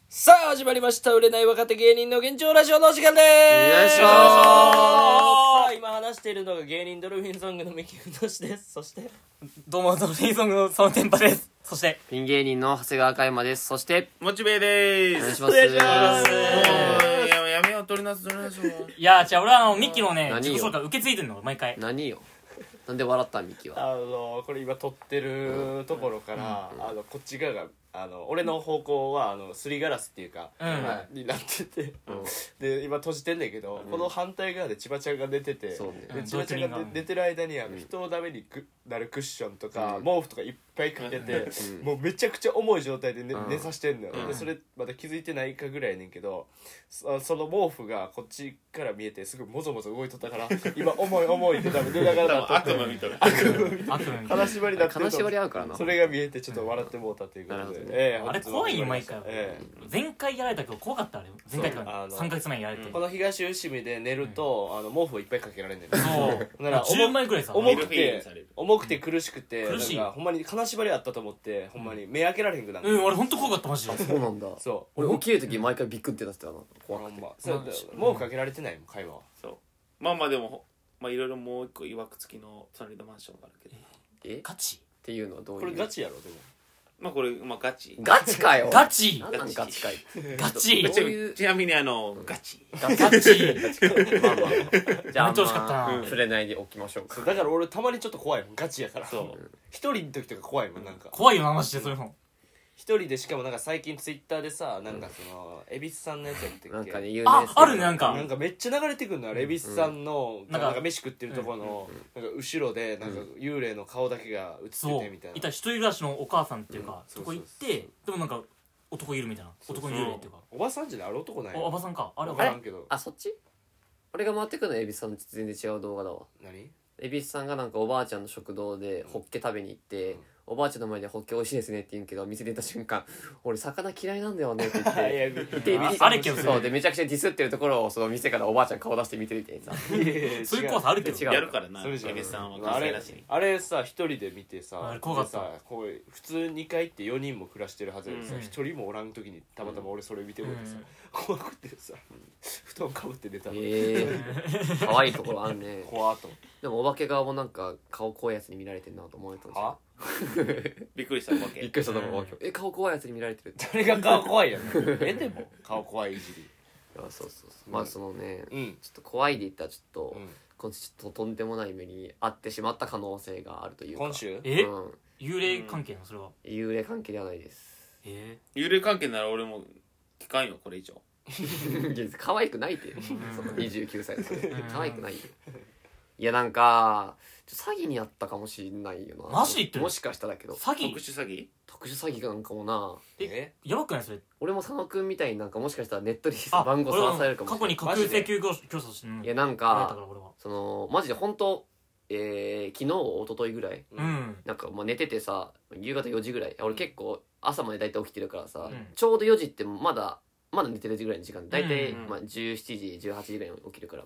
さあ始まりました売れない若手芸人の現状ラジオのお時間でーす。 よいしょー。 さあ今話しているのが芸人ドルフィンソングのミキフトシです。そしてどうも、ドルフィンソングのそのテンパです。そして、 ピン芸人の長谷川嘉山です。そして、 モチベーでーす。 お願いします。 お願いします。 やめよう、取り直す。 いやー、俺はミッキーのね、 何よ自己紹介受け継いでんの、毎回。 何よ。なんで笑ったミキは。 これ今撮ってるところから、こっち側が俺の方向はすりガラスっていうか、になってて、で今閉じてんねんけど、この反対側で千葉ちゃんが寝てて、 そうねで千葉ちゃんが寝てる間に人をダメになるクッションとか、毛布とかいっぱいかけて、もうめちゃくちゃ重い状態で寝さしてんのよ、でそれまだ気づいてないかぐらいやねんけど、その毛布がこっちから見えてすぐもぞもぞ動いとったから今重いって多分寝ながら悪夢見とる。 金縛りだって金縛り合うからな。 それが見えてちょっと笑ってもうたということで、 あれ怖いよ、毎回。前回やられたけど怖かった、あれ。前回とか3ヶ月前にやられて。 この東伏見で寝ると毛布をいっぱいかけられんねん。 そうなら 10枚ぐらいさ、 重くて苦しくて、 苦しいなんかほんまに金縛りあったと思ってほんまに目開けられへんくなる。 俺ほんと怖かった、マジで。 そうなんだ。 そう俺起きるとき毎回ビックってなってたな。怖くて。 毛布かけられてないもん会話は。 そう。まあでも、いろいろもう一個いわくつきの隣のマンションがあるけど。 ガチっていうのはどういう。 これガチやろでも。 これガチ。 ガチかよ。 ガチなんなんガチかい。 ガチちなみにガチ。 ガチまあまあ。じゃあ、 めっちゃ惜しかったな。 触れないでおきましょうか。 だから俺たまにちょっと怖いもん、ガチやから。 そう一人の時とか怖いもん、なんか怖いよな、マジで、そういうの。 一人で、しかもなんか最近ツイッターでさ、なんか恵比寿さんのやつやってっけ、 なんかね、有名です。 あるね、なんか。 なんかめっちゃ流れてくんの、恵比寿さんのなんか飯食ってるところのなんか後ろでなんか幽霊の顔だけが映ってそうてみたいな。 いた一人暮らしのお母さんっていうか、 そうそこ行ってでもなんか男いるみたいな、男の幽霊っていうか、 おばさんじゃない、あれ男ないおばさんか、あれ分おばさん。 からんけど。 あ、そっち俺が回ってくるのは恵比寿さんと全然違う動画だわ。 何？ 恵比寿さんがなんかおばあちゃんの食堂でホッケ食べに行って、おばあちゃんの前でホッケ美味しいですねって言うけど、店出た瞬間俺魚嫌いなんだよねって言ってあれけどそうでめちゃくちゃディスってるところをその店からおばあちゃん顔出して見てるみたいなさ。 そういう怖さあるけど。 違うやるからな。 それじゃん。 エビさんはあれ完成らしい。 あれさ、一人で見てさ、 あれ怖かったでさ、こう普通2階って4人も暮らしてるはずでさ、一人もおらん時にたまたま俺それ見てるのさ、怖くてさ、布団かぶって寝たの。 可愛いところあんね。 怖っと。 でもお化け側もなんか顔怖いやつに見られてんなと思えたんですよ。 は？ びっくりしたわけ。 びっくりしたと思う。顔怖いやつに見られてるって。 誰が顔怖いやん。でも顔怖いいじり。 そうまあそのね、ちょうんっと怖いで言ったらちょっと、 うん今週ちょっととんでもない目に遭ってしまった可能性があるというか。 今週？ 幽霊関係なのそれは。 幽霊関係ではないです。 幽霊関係なら俺も聞かんよ、これ以上。 可愛くないってその29歳です可愛くないよ。いやなんか詐欺にあったかもしんないよな。 マジ言ってる？ もしかしたらだけど詐欺？ 特殊詐欺？ 特殊詐欺なんかもな。 やばくないそれ？ 俺も佐野くんみたいになんかもしかしたらネットで番号探されるかもしれない。 過去に架空請求業者していやなんかそのマジで本当昨日一昨日ぐらいなんか寝ててさ、夕方4時ぐらい、俺結構朝まで大体起きてるからさ、ちょうど4時ってまだ寝てるぐらいの時間で大体17時18時ぐらいに起きるから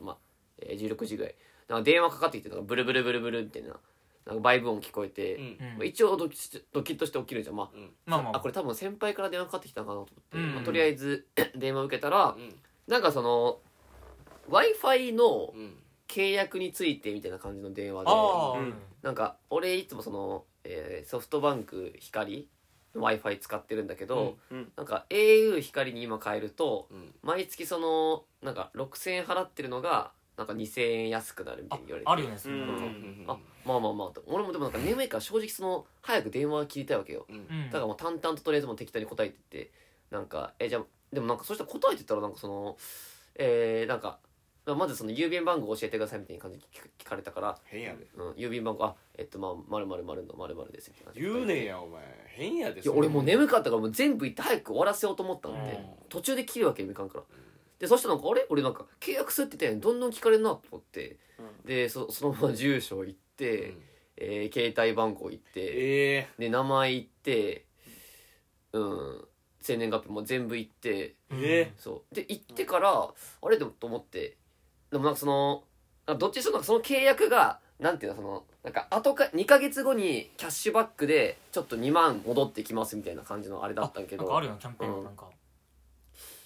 16時ぐらいなんか電話かかってきてブルブルブルブルみたいななんかバイブ音聞こえて、一応ドキッとして起きるじゃん。これ多分先輩から電話かかってきたのかなと思って、とりあえず電話受けたら、なんかその Wi-Fi の契約についてみたいな感じの電話で、なんか俺いつもその、ソフトバンク光の Wi-Fi 使ってるんだけど、なんか au 光に今変えると、毎月そのなんか6000円払ってるのがなんか2000円安くなるみたいに言われて、 あるよね。 まあ俺もでもなんか眠いから正直その早く電話切りたいわけよ、だからもう淡々ととりあえずもう適当に答えてってなんかじゃあでもなんかそしたら答えてたらなんかそのなんかまずその郵便番号教えてくださいみたいな感じで聞かれたから変やで、 郵便番号〇〇〇の〇〇ですみたいな言うねんやお前変やで。 いや俺もう眠かったからもう全部言って早く終わらせようと思ったんで、途中で切るわけにもいかんから、でそしたらなんかあれ俺なんか契約するって言ったのにどんどん聞かれるなと思って、でそのまま住所行って、携帯番号行って、で名前行って生年月日も全部行って、そうで行ってから、あれでもと思って、でもなんかそのどっちにしろなんかその契約がなんていうのそのなんか後か2ヶ月後にキャッシュバックでちょっと2万戻ってきますみたいな感じのあれだったんけど、 なんかあるよキャンペーンなんか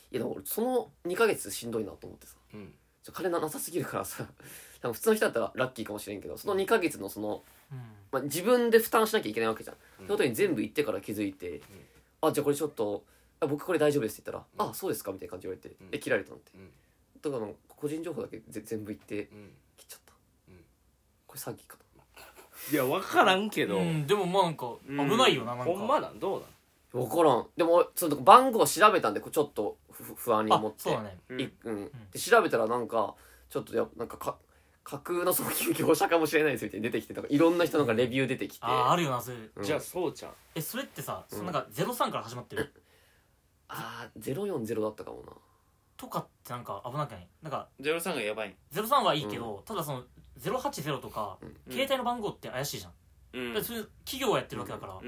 やでも俺その2ヶ月しんどいなと思ってさ、金なさすぎるからさ多分普通の人だったらラッキーかもしれんけど、その2ヶ月のその、自分で負担しなきゃいけないわけじゃん。そういうことに全部言ってから気づいて、あ、じゃあこれちょっと僕これ大丈夫ですって言ったら、あ、そうですかみたいな感じで言われて、切られたのって、だから個人情報だけ全部言って切っちゃった、これ詐欺かと。 いや分からんけど、 でもまあなんか危ないよな、なんかほんまなんどうなん分からん。でもその番号調べたんでちょっと不安に思って、 そうだね、 で調べたらなんかちょっとなんか架空の送金業者かもしれないですみたいに出てきて、いろんな人なんかレビュー出てきて、 あるよなそれ、 じゃあそうじゃん。 それってさ、なんか03から始まってる 040だったかもなとかってなんか危なくない？なんか 03がやばい。 03はいいけど、ただその080とか、携帯の番号って怪しいじゃん、だからそういう企業がやってるわけだから、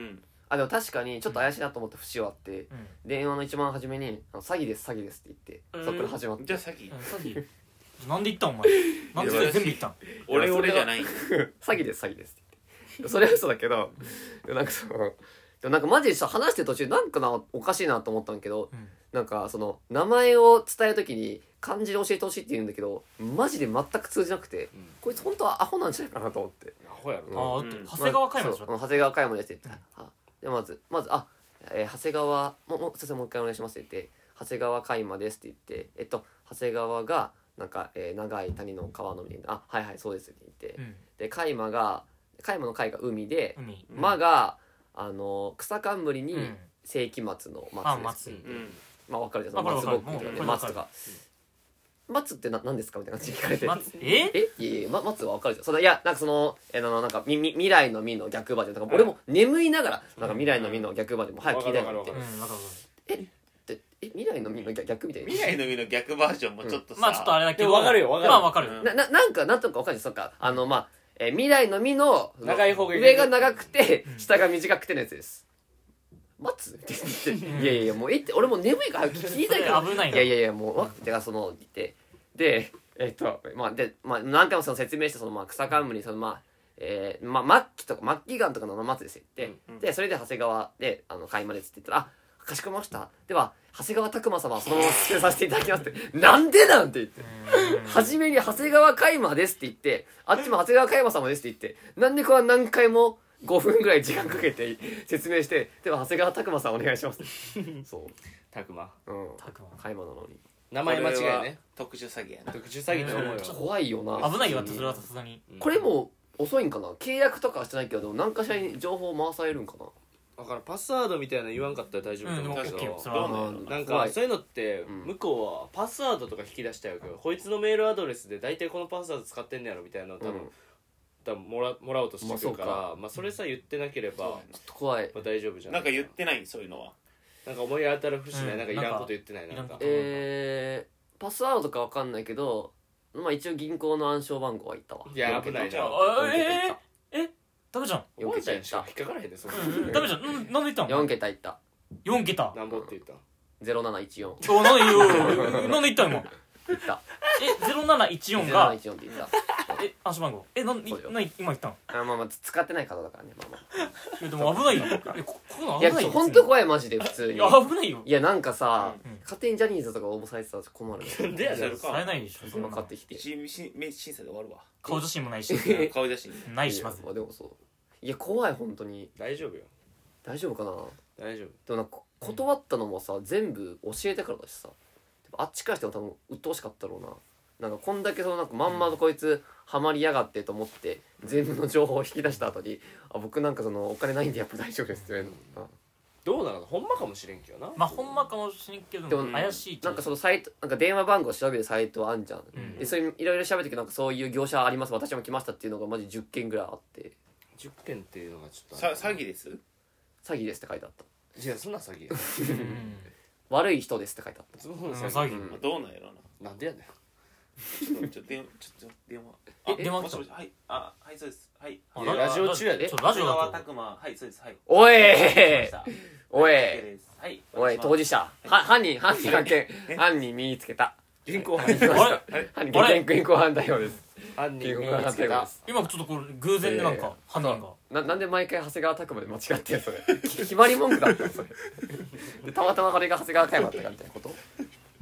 でも確かにちょっと怪しいなと思った節はあって、電話の一番初めに「詐欺です詐欺です」って言って、そっから始まって。 じゃあ詐欺？ 詐欺なんで言ったんお前、なんでそれ全部言ったん？ 俺じゃないんだ。 詐欺です詐欺ですって言って、それは嘘だけど、なんかそのでもなんかマジでさ話してる途中なんかなおかしいなと思ったんだけど、なんかその名前を伝える時に漢字で教えてほしいって言うんだけど、マジで全く通じなくて、こいつ本当はアホなんじゃないかなと思って。 アホやろな。長谷川嘉山でしょ。 長谷川嘉山ですって言って、でまず長谷川もう一回お願いしますって言って、長谷川嘉山ですって言って、長谷川がなんか、長い谷の川のみで、はいはいそうですって言って、で嘉山の嘉が海で、間が草冠に世紀末の松です。まあ分かるじゃん、松ぼっくりとかね、松とか。松って何ですかみたいな感じで聞かれて、いや松は分かるじゃん。いやなんかそのなんか未来の実の逆バージョンとか、俺も眠いながらなんか未来の実の逆バージョンも早く聞いたいなって。未来の実の逆みたいな。 未来の実の逆バージョンもちょっとさ、 まあちょっとあれだけど分かるよ分かる。 まあ分かる。 なんかなんとか分かるじゃん。そっか未来の実の長い方が上が長くて下が短くてのやつです。松って言って、いやもう俺も眠いから聞いたいから、 危ないな。 いやもうてかその言ってで何回もその説明して、その草冠にその末期がんとかの松ですよって、でそれで長谷川で開幕ですって言ったら、かしこまりました。では長谷川拓磨様はそのまま出演させていただきますってなんでなんて言って、初めに長谷川開馬ですって言って、あっちも長谷川開馬様ですって言って、なんでこれは何回も5分ぐらい時間かけて説明して、では長谷川拓磨さんお願いしますそう拓磨開馬なのに名前間違いね。 特殊詐欺やな。 特殊詐欺と思うよ。 怖いよな。 危ないよって、それはさすがに。 これも遅いんかな、契約とかはしてないけど何かしらに情報回されるんかな。 だからパスワードみたいなの言わんかったら大丈夫だと思うけど、なんかそういうのって向こうはパスワードとか引き出したいわけど、こいつのメールアドレスで大体このパスワード使ってんねやろみたいなのを多分もらおうとしてくるから、それさ言ってなければちょっと怖い。 大丈夫じゃん。 なんか言ってない、そういうのは。 なんか思い当たる節ない、なんかいらんこと言ってない。なんかパスワードとかわかんないけど、一応銀行の暗証番号は言ったわ。 いや危ないじゃん。 ダメじゃん。 4桁言った。 引っかからへんねそれ。ダメじゃん。なんで言ったの？ 4桁言った。 4桁。 なんぼって言った ？0714。 お、なんで言ったの今。 言った。 0714が。 0714って言った。 暗証番号。今言ったの？ 使ってない方だからね。 でも危ないよ。こういうの危ないよ。 いや本当怖いマジで普通に。 いや危ないよ。 いやなんかさ、勝手にジャニーズとか応募されてたら困る。 なんでやねん。 されないでしょ。 今買ってきて。 審査で終わるわ。 顔写真もないし。 顔写真ないしまず。 でもそう。いや怖い本当に。 大丈夫よ。 大丈夫かな。 大丈夫。 でもなんか断ったのもさ全部教えてからだしさ、あっちからしても多分鬱陶しかったろうな。なんかこんだけそのなんかまんまとこいつハマりやがってと思って全部の情報を引き出した後に、僕なんかそのお金ないんでやっぱ大丈夫ですって言われるの。 どうなの？ほんまかもしれんけどな。 ほんまかもしれんけど怪しい。 なんかそのサイトなんか電話番号調べるサイトあんじゃん。でそれいろいろ調べてけどなんかそういう業者あります、私も来ましたっていうのがマジ10件ぐらいあって。 10件っていうのがちょっと詐欺です？ 詐欺ですって書いてあった。 いやそんな詐欺や。 悪い人ですって書いてあった。 詐欺。 どうなんやろな。 なんでやねん。 ちょっと電話。電話。 もしもし、はい、はいそうです。はい。 ラジオ中やで。 ラジオだと。 拓磨、はいそうです。はい。 おい当事者。犯人見つけた。 現行犯。 現行犯逮捕です。 犯人見つけた。 今ちょっとこれ偶然でなんか犯人が。 なんで毎回長谷川拓磨で間違ってんそれ。決まり文句だったそれ。たまたまこれが長谷川開馬って感じなこと。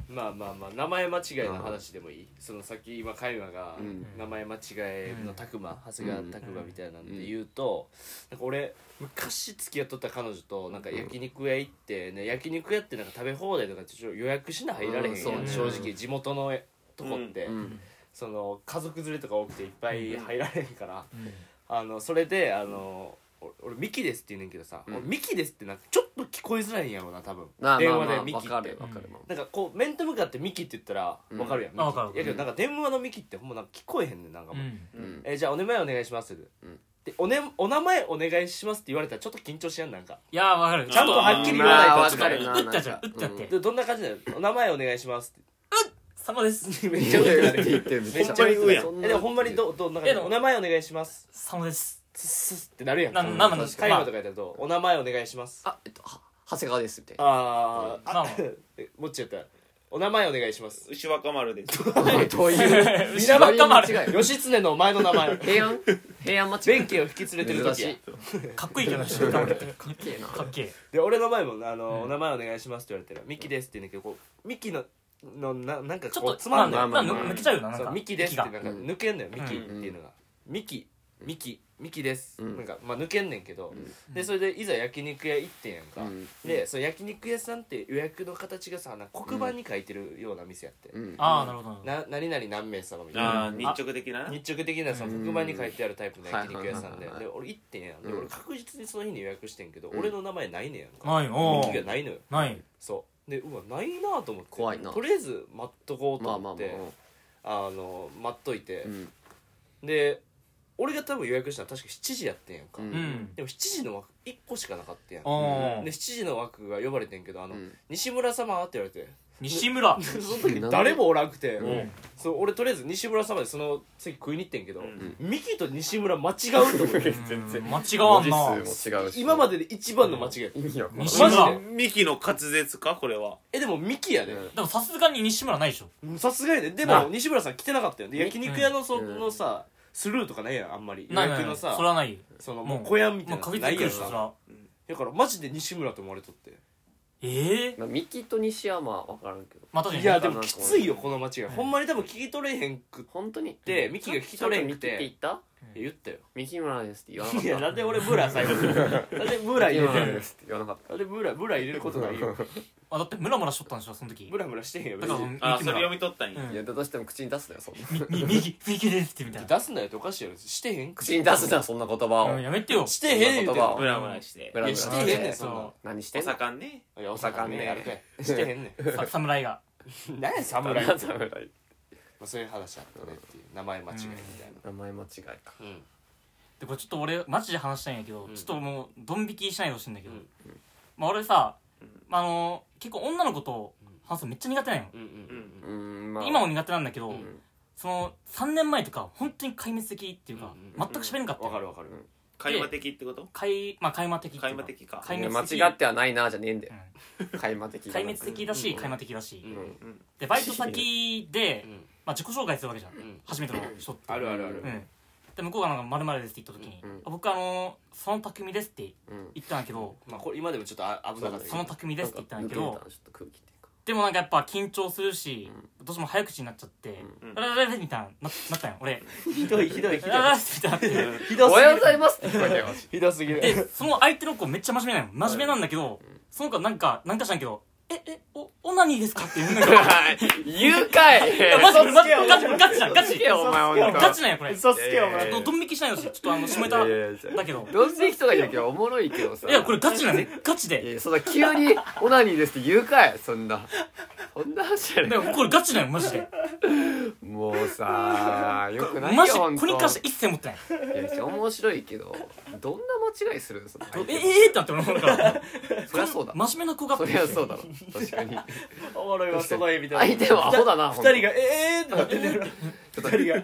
まあ名前間違いの話でもいい、そのさっき今カイマが名前間違いのタクマ、長谷川タクマみたいなんで言うと、なんか俺昔付き合っとった彼女となんか焼肉屋行ってね、焼肉屋ってなんか食べ放題とかちょっと予約しな入られへんやん、正直地元のとこって、その家族連れとか多くていっぱい入られへんから、それで俺ミキですって言うねんけどさ、俺ミキですってなんかちょっと聞こえづらいんやろな多分、電話でミキってなんかこう面と向かってミキって言ったら分かるやん、ミキいやけどなんか電話のミキってほんまなんか聞こえへんねん、なんかもう、じゃあお名前お願いしますでお名前お願いしますって言われたらちょっと緊張しやん、なんかいや分かる、 ちゃんとはっきり言わないと分かる、打ったじゃん、打ったってでどんな感じだよ、お名前お願いしますって様ですめっちゃ上って言ってる、めっちゃ上やん。でもほんまにどんな感じ、お名前お願いします、 様ですスってなるやん。 なんなんですか、 会話とかやったらお名前お願いします、 長谷川ですみたいな。 もっちやったらお名前お願いします、 牛若丸です。 どういう牛若丸、 義経のお前の名前、 平安町弁慶を引き連れてる時や、 かっこいいけど牛若丸ってかっけえな。 かっけえ。 で俺の前もお名前お願いしますって言われたらミキですって言うんだけど、こうミキのなんかこうつまんない、 抜けちゃうよな、なんかミキですってなんか抜けんのよ、ミキっていうのがミキです、なんかまあ抜けんねんけど、でそれでいざ焼肉屋行ってんやんか、でその焼肉屋さんって予約の形がさ、なんか黒板に書いてるような店やって、 ああなるほど、 何々何名様みたいな、 日直的なその黒板に書いてあるタイプの焼肉屋さんで、で俺行ってんやん、で俺確実にその日に予約してんけど、俺の名前ないねんやんか、 ないの、 ミキがないのよ、 ないそうでないなと思って、 怖いな、 とりあえず待っとこうと思って待っといて、で俺が多分予約したの確か7時やってんやんか、でも7時の枠1個しかなかったやん、で7時の枠が呼ばれてんけど西村様って言われて、 西村その時誰もおらんくて、そう俺とりあえず西村様でその席食いに行ってんけど、ミキと西村間違うと思って全然間違わんな、 今までで一番の間違い、 西村ミキの滑舌かこれは。 でもミキやで、 でもさすがに西村ないでしょ、 さすがやで、でも西村さん来てなかったよ、焼肉屋のそのさスルーとかないやん、あんまりないない、それはない、 そのもう小屋みたいななないやんさ、 だからマジで西村と思われとって、 ミキと西はまあ分からんけど、 いやでもきついよこの間違い、ほんまに多分聞き取れへんく本当にってミキが聞き取れへんくて、 言った言ったよ、 ミキ村ですって言わなかった。 いやなんで俺ブラ最後になんでブラ入れてるって言わなかった。 なんでブラ入れることないよ、 だってムラムラしとったんでしょその時、 ブラムラしてへんよ、 だからそれ読み取ったんや。 いやどうしても口に出すなよそんな、 右ですってみたいな、 出すなよっておかしいよ、してへん口に出すなそんな言葉を、 やめてよ、 してへん言うてんムラムラしていやしてへんねん、そんな何してんの、 お盛んね、 いやお盛んねやるかい、してへんねん侍が何や侍って侍、 そういう話あったねっていう名前間違いみたいな、 名前間違いか、 でこれちょっと俺マジで話したいんやけど、ちょっともうドン引きしないでほしいんだけど、まあ俺さ、結構女の子と話すのめっちゃ苦手なんよ、今も苦手なんだけど、その3年前とか本当に壊滅的っていうか、全く喋れんかった。 わかるわかる。 会話的ってこと？ まあ会話的っていうか。 会話的か。 間違ってはないなじゃねえんだよ。壊滅的。 壊滅的だし壊滅的だし。でバイト先でまあ自己紹介するわけじゃん。初めての人って。 あるあるある。 で向こうがなんか〇〇ですって言った時に、僕その匠ですって言ったんだけど、 まあこれ今でもちょっと危なかった。 その匠ですって言ったんだけど。でもなんかやっぱ緊張するし、どうしても早口になっちゃってあらららみたいなったんよ俺。 ひどいひどいひどいあららみたいなってひどすぎる。おはようございますって聞こえたよ。 ひどすぎる。 でその相手の子めっちゃ真面目なの。真面目なんだけど、その子なんか知らんけど、オナニーですかって言うんだけど言うかい。 マジガチなんガチお前ガチなんやこれ。 嘘つけよお前。 ちょっとドン引きしないでほしい。ちょっと下ネタだけど。 ドン引きとか言うけどおもろいけどさ。 いやこれガチなんね。ガチで。 そんな急にオナニーですって言うかい。そんな話やね。 でもこれガチなんよマジで。 もうさよくないよマジこれに関して一切持ってない。 いや面白いけどどんな間違いするのそのってなって俺から。 そりゃそうだ。 真面目な子が。 そりゃそうだろ。確かに。 おもろいわその絵みたいな。 相手はアホだな。 二人がってなってる。二人が真面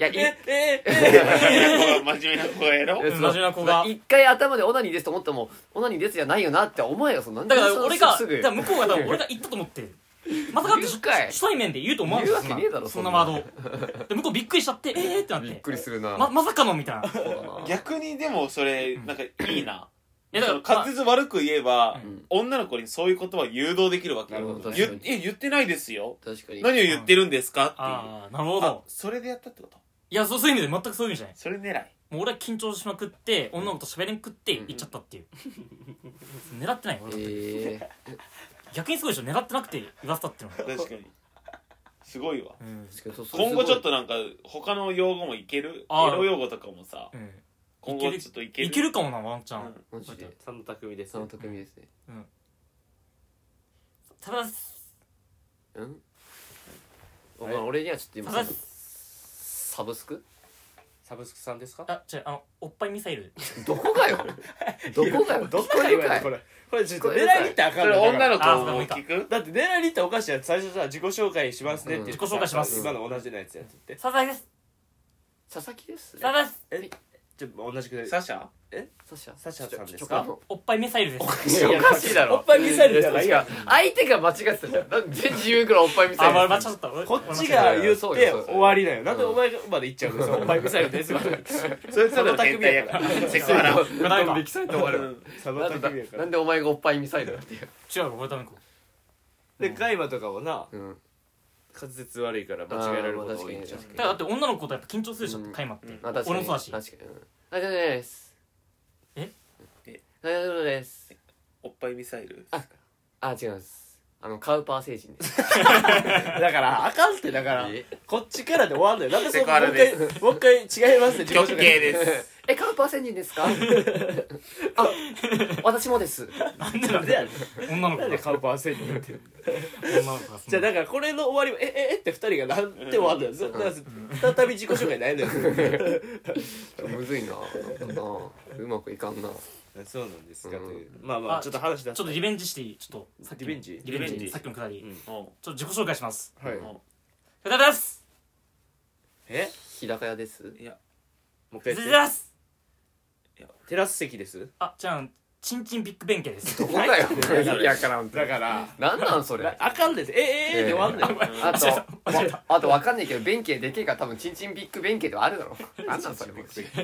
目な子やろ。 真面目な子が一回頭でオナニーですと思ってもオナニーですじゃないよなって思えよ。そんなんだから俺が向こうが多分俺が言ったと思ってまさかって初対面で言うと思わん言うわけねえだろそんなワードで向こうびっくりしちゃってってなってびっくりするな。 まさかのみたいな。 逆にでもそれなんかいいな。 滑舌悪く言えば、女の子にそういう言葉を誘導できるわけよ。言ってないですよ。 確かに。 何を言ってるんですかっていう。 ああ、なるほど。 それでやったってこと？ いや、そういう意味で全くそういう意味じゃない。 それ狙い。 もう俺は緊張しまくって女の子と喋れんくって行っちゃったっていう。狙ってない俺。逆にすごいでしょ。狙ってなくて言わせたっていうのが。 確かに。すごいわ。 今今後ちょっとなんか他の用語もいける。エロ用語とかもさ。今後ちょっといける。 いけるかもな、ワンチャン。 マジで。 佐野匠です。 佐野匠ですね。 ただ俺にはちょっと今サブスクさんですか？ あ、違う、おっぱいミサイル。 どこがよどこがよどんな会話やこれちょっと狙いに行ったらあかんの。 女の子も聞く？ だって狙いに行ったらおかしいやつ。最初さ自己紹介しますねって言って、 自己紹介します。 今の同じのやつやって。 佐々木です。 佐々木です。 佐々木です。 ちょっと同じくサシャサシャさんですか？ おっぱいミサイルです。 おかしいだろ。 おっぱいミサイルじゃないや。 相手が間違ってたじゃん。なんで自分からおっぱいミサイル。 間違った。 こっちが言って終わりだよ。なんでお前まで言っちゃうんですか？おっぱいミサイルです。それ佐野匠やから。セクハラ。 なんできされて終わる。 佐野匠やから。 なんでお前がおっぱいミサイルっていう。 違う、俺ダメか。 で海馬とかもな、滑舌悪いから間違えられること多いんじゃん。 だって女の子とやっぱ緊張するでしょ、海馬って。俺もそうだし。 確かに。大丈夫です。大丈夫です。 おっぱいミサイル。 違います。カウパー星人です。 だからあかんって。だからこっちからで終わんのよ。なんでそもう一回違いますね。 極刑です。 カウパー星人ですか？私もです。 なんでやねん。女の子なんでカウパー星人って女の子が。じゃあだからこれの終わりもって二人がなんて終わるのよ。再び自己紹介ないのよ。 むずいな。うまくいかんな。 そうなんですかという。まあちょっと話出す。 ちょっとリベンジしていい？ちょっとリベンジさっきのくだり。ちょっと自己紹介します。 はい。 ふだです。 日高屋です。 いやもう一回。 です。 テラス席です。 じゃあチンチンビッグベンケです。 どこだよ。 だからなんなんそれ。 あかんです。で終わんねん。 あとわかんないけど弁慶でけえから多分チンチンビッグ弁慶ではあるだろ。なんなんそれ。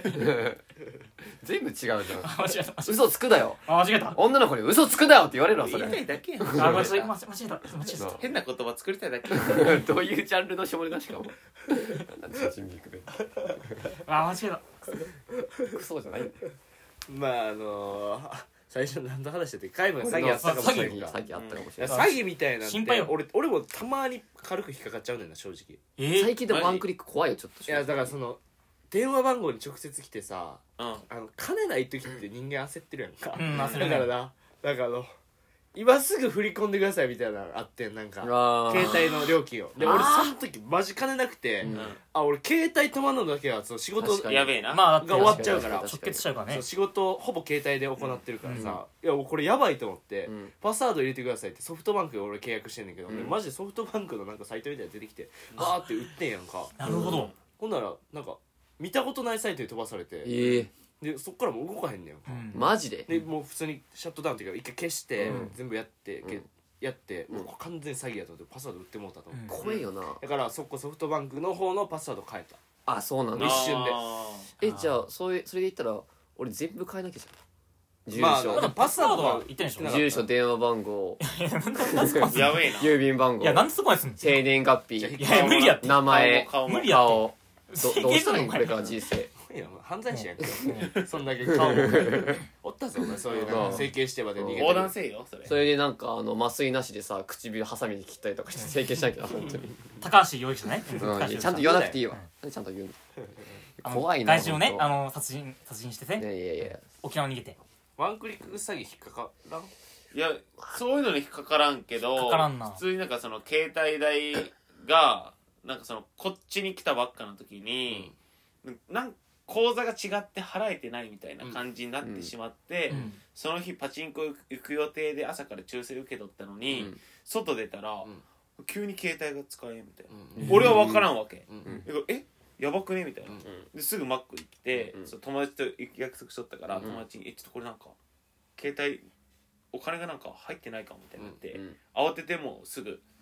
全部違うじゃん。 間違えた。 嘘つくだよ。 間違えた。 女の子に嘘つくだよって言われるわそれ。 言いたいだけやん。 間違えた。 変な言葉作りたいだけ。 どういうジャンルの下ネタしかも。チンチンビッグ弁慶。 間違えた。 クソじゃないんだよ。 まあ最初何の話してて海馬が詐欺やったかもしれない。 詐欺あったかもしれない。 詐欺みたいなん心配よ。 俺もたまに軽く引っかかっちゃうねんな正直。 最近でもワンクリック怖いよちょっと。 いやだからその電話番号に直接来てさ、金ない時って人間焦ってるやんか。だからな、なんか今すぐ振り込んでくださいみたいなのあってん、なんか携帯の料金を。で俺その時マジ金なくて、俺携帯止まんのだけはその仕事やべえなが終わっちゃうから直結しちゃうからね。 仕事ほぼ携帯で行ってるからさ、いやこれやばいと思って、パスワード入れてくださいってソフトバンクで俺契約してんねんけど、マジでソフトバンクのなんかサイトみたいなの出てきてバーって売ってんやんか。 なるほど。 ほんならなんか見たことないサイトに飛ばされて、でそっからもう動かへんねんか。 マジで？ でもう普通にシャットダウンっていうか一回消して全部やってもう完全に詐欺やと思ってパスワード売ってもうたと思って。 怖いよな。 だからそこソフトバンクの方のパスワード変えた。 そうなんだ。 一瞬で。 じゃあそれで言ったら俺全部変えなきゃじゃん。住所、パスワードは言ってないでしょ。 住所、電話番号、 やべえな。 郵便番号、 いやなんでそこまですんの？ 生年月日、 いや無理やって。 名前、 無理やって。 どうしたらいいこれから人生。 いや犯罪者やんか。そんだけ顔おったぞお前そういうなんか整形してまで逃げて。 横断せえよそれ。 それでなんか麻酔なしでさ唇ハサミで切ったりとかして整形しなきゃ本当に。 高橋容疑者ね。 ちゃんと言わなくていいわ。ちゃんと言うの。怖いな。 外人をね殺人してね。 いや沖縄に逃げて。 ワンクリック詐欺引っかからん？ いやそういうのに引っかからんけど、普通になんかその携帯代がなんかそのこっちに来たばっかの時に、なん口座が違って払えてないみたいな感じになってしまって、その日パチンコ行く予定で朝から抽選受け取ったのに、外出たら、急に携帯が使えんみたいな、俺は分からんわけ、やばくねみたいな、ですぐマック行って、友達と約束しとったから、友達にちょっとこれなんか携帯お金がなんか入ってないかもみたいになって、慌ててもうすぐ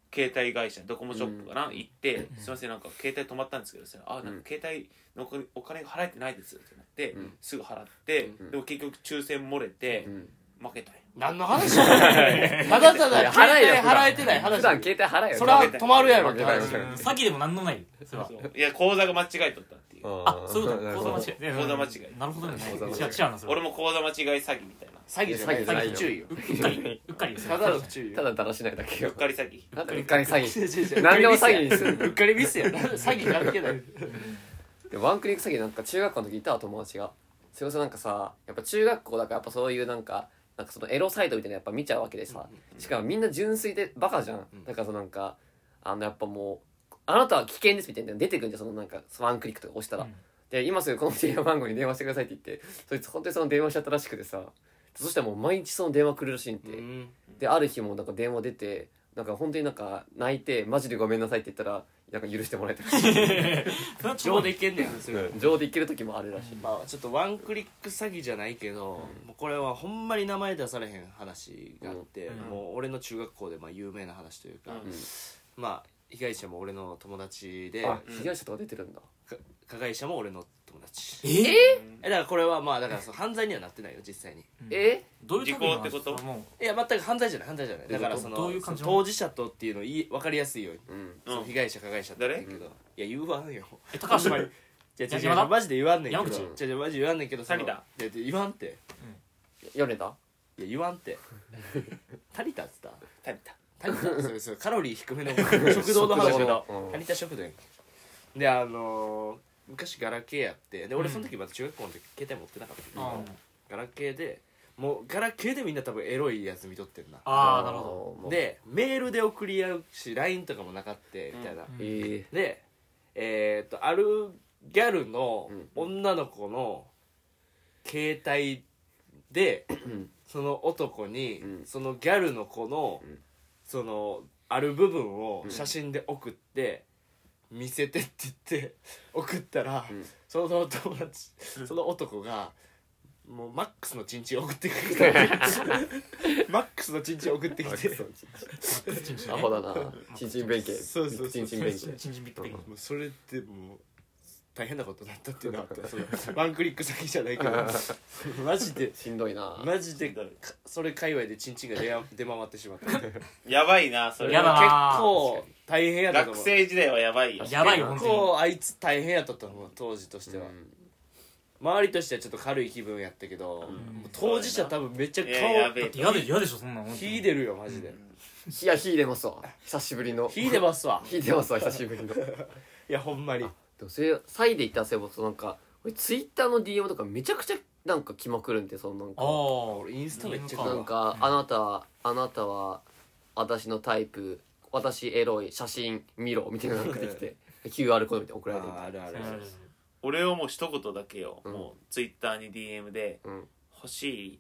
携帯会社ドコモショップかな、行って「すいませんなんか携帯止まったんですけど」あなんか携帯のお金が払えてないです」ってなって、すぐ払って、でも結局抽選漏れて、負けたんや。 何の話ただただ携帯払えてない話。 普段携帯払えよ。 それは止まるやろって話。 詐欺でも何のない。それは。 いや口座が間違えとったっていう。 あ、そういうこと。口座間違い。 口座間違い。 なるほどね。違うなそれ。 俺も口座間違い詐欺みたいな。 詐欺じゃない。注意よ。 うっかり。 ただの注意。 ただだらしないだけよ。 うっかり詐欺。 うっかり詐欺。何でも詐欺にする。 うっかりミスや。詐欺関係ない。 ワンクリック詐欺なんか中学校の時いたわ友達が。それこそなんかさ、やっぱ中学校だからやっぱそういうなんかそのエロサイトみたいなやっぱ見ちゃうわけでさ、しかもみんな純粋でバカじゃん。だからなんかやっぱもうあなたは危険ですみたいな出てくるんじゃん、そのなんかワンクリックとか押したら、で今すぐこの電話番号に電話してくださいって言って、そいつ本当にその電話しちゃったらしくてさ、そしたらもう毎日その電話来るらしいんで、である日もなんか電話出てなんか本当になんか泣いてマジでごめんなさいって言ったらなんか許してもらえたらしい。 情でいけんねん。 情でいける時もあるらしい。 まあちょっとワンクリック詐欺じゃないけど、もうこれはほんまに名前出されへん話があって、もう俺の中学校でまあ有名な話というか、まあ被害者も俺の友達で、 被害者とか出てるんだ。 加害者も俺の友達。 だからこれはまあだから犯罪にはなってないよ実際に。 どういう時効ってこと？ いや全く犯罪じゃないだからその当事者とっていうのを分かりやすいように、その被害者加害者って言うけど、いや言わんよ。 高橋じゃマジで言わんねんけど、 山口じゃマジで言わんねんけど、 谷田言わんって、 米田いや言わんって谷田っつった谷田それカロリー低めの食堂の話だよ。谷田食堂やんで昔ガラケーやってで俺その時まだ中学校の時携帯持ってなかったけど、ガラケーでもうガラケーでみんな多分エロいやつ見とってんな。 ああなるほど。でメールで送り合うし LINE とかもなかってみたいな、であるギャルの女の子の携帯でその男にそのギャルの子のそのある部分を写真で送って見せてって言って送ったら、その友達その男がもうマックスのチンチン送ってくるマックスのチンチン送ってきてアホだな。チンチン弁慶。 そうチンチン弁慶。 チンチンビッグ弁慶。 もうそれってもう大変なことになったっていうのはあったワンクリック先じゃないけどマジでしんどいな。 マジでそれ界隈でチンチンが出回ってしまったやばいなそれ。 やだな。 結構大変やったと思う。 学生時代はやばいよ。 やばいよ結構あいつ大変やったと思う当時としては。周りとしてはちょっと軽い気分やったけど、当事者多分めっちゃ顔嫌でしょそんなの。 火出るよマジで。 いや火出ますわ。久しぶりの。 火出ますわ。 火出ますわ久しぶりの。 いやほんまに。 でもそれサイで言ったらそういえばなんかツイッターの DM とかめちゃくちゃなんか来まくるんで、そのなんか俺インスタめっちゃ来るわ。 なんかあなたは私のタイプ、私エロい写真見ろみたいなのが出てきてQR コードみたいな送られてきて、 あるある。 俺をもう一言だけよ、もうツイッターに DM で欲しい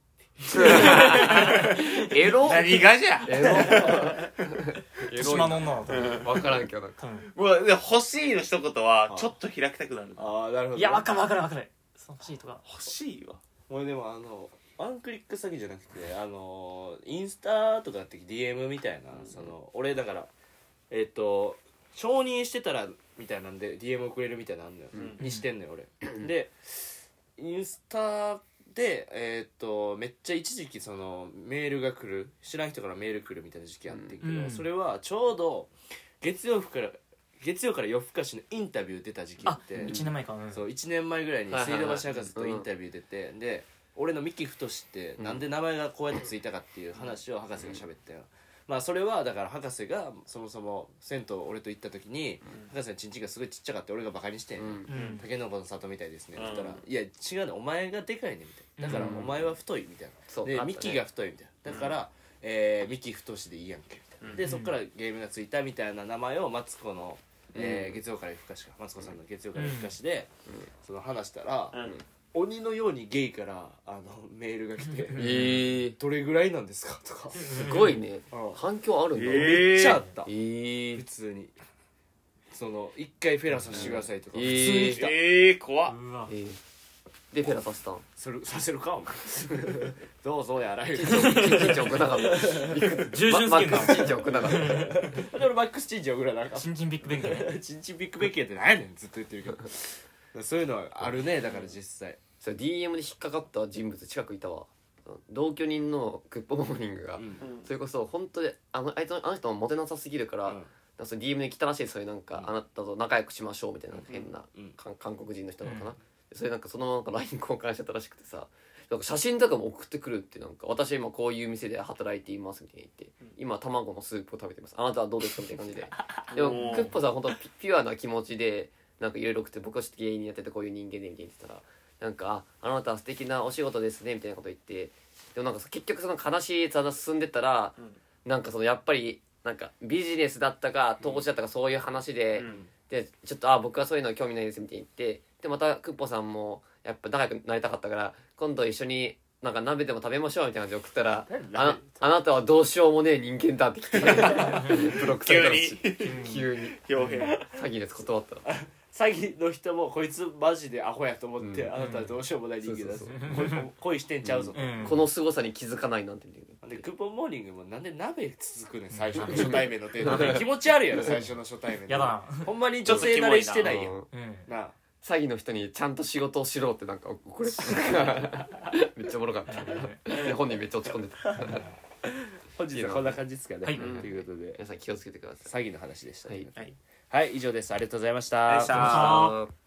エロ何がじゃエロ島の女の子分からんけどなんかもうで欲しいの一言はちょっと開きたくなる。 ああなるほど。 いや分かる欲しいとか欲しいわ。 俺でもワンクリック詐欺じゃなくてインスタとかって DM みたいな、その俺だから承認してたらみたいなんで DM 送れるみたいなのあんのよ、にしてんのよ俺でインスタでめっちゃ一時期そのメールが来る、知らん人からメール来るみたいな時期あってんけど、それはちょうど月曜から夜更かしのインタビュー出た時期って、 1年前か、 そう1年前ぐらいに水道橋博士とインタビュー出て、で俺の三木太ってなんで名前がこうやってついたかっていう話を博士が喋ったよ。まあそれはだから博士がそもそも銭湯俺と行った時に、博士のチンチンがすごいちっちゃかって俺がバカにしてん、タケノコの里みたいですねって言ったら、いや違うねお前がでかいねみたいな、だからお前は太いみたいな、でミキが太いみたいな、だから三木太でいいやんけみたいな、でそっからゲームがついたみたいな名前をマツコの月曜から夜更かしかマツコさんの月曜から夜更かしでその話したら、鬼のようにゲイからメールが来てどれぐらいなんですかとか、 すごいね、反響あるんだ。 めっちゃあった、 普通にその一回フェラさせてくださいとか普通に来た、 怖っ。 でフェラさせたんそれさせるかお前どうぞやられる緊張送らなかった従順すぎるな緊張送らなかったで俺マックスチンジョンぐらいなんかチンチンビッグベンケンチンチンビッグベンケンって何やねんずっと言ってるけどそういうのはあるねだから実際それ DM で引っかかった人物近くいたわ同居人のクッポモーニングが、それこそ本当にあの人もモテなさすぎるから、その DM で来たらしいそういうなんか、あなたと仲良くしましょうみたいな変な、韓国人の人なのかな、それなんかそのまま LINE 交換しちゃったらしくてさなんか写真とかも送ってくるってなんか私は今こういう店で働いていますみたいに言って今卵のスープを食べてますあなたはどうですかみたいな感じででもクッポさん本当ピュアな気持ちでなんかいろいろ送って僕はちょっと芸人やっててこういう人間でみたいに言ってたらなんかあなたは素敵なお仕事ですねみたいなこと言ってでもなんか結局その悲しいざわ進んでったら、なんかそのやっぱりなんかビジネスだったか投資だったかそういう話で、でちょっと僕はそういうの興味ないですみたいに言ってでまたクッポさんもやっぱ仲良くなりたかったから今度一緒になんか鍋でも食べましょうみたいな感じで送ったらあなたはどうしようもねえ人間だって来てブロックされたらしい急に傭兵詐欺のやつ断った詐欺の人もこいつマジでアホやと思って、あなたはどうしようもない人間だぞ恋してんちゃうぞ、 この凄さに気づかないなんてでクッポンモーニングもなんで鍋続くねん最初の初対面の程度で気持ち悪いやろ最初の初対面やだほんまに女性慣れしてないやんなあ詐欺の人にちゃんと仕事をしろってなんか怒れてめっちゃおもろかった本人めっちゃ落ち込んでた本日はこんな感じですかね、 はい、 ということで皆さん気をつけてください詐欺の話でした、 はい、 はい、以上ですありがとうございました。 ありがとうございました。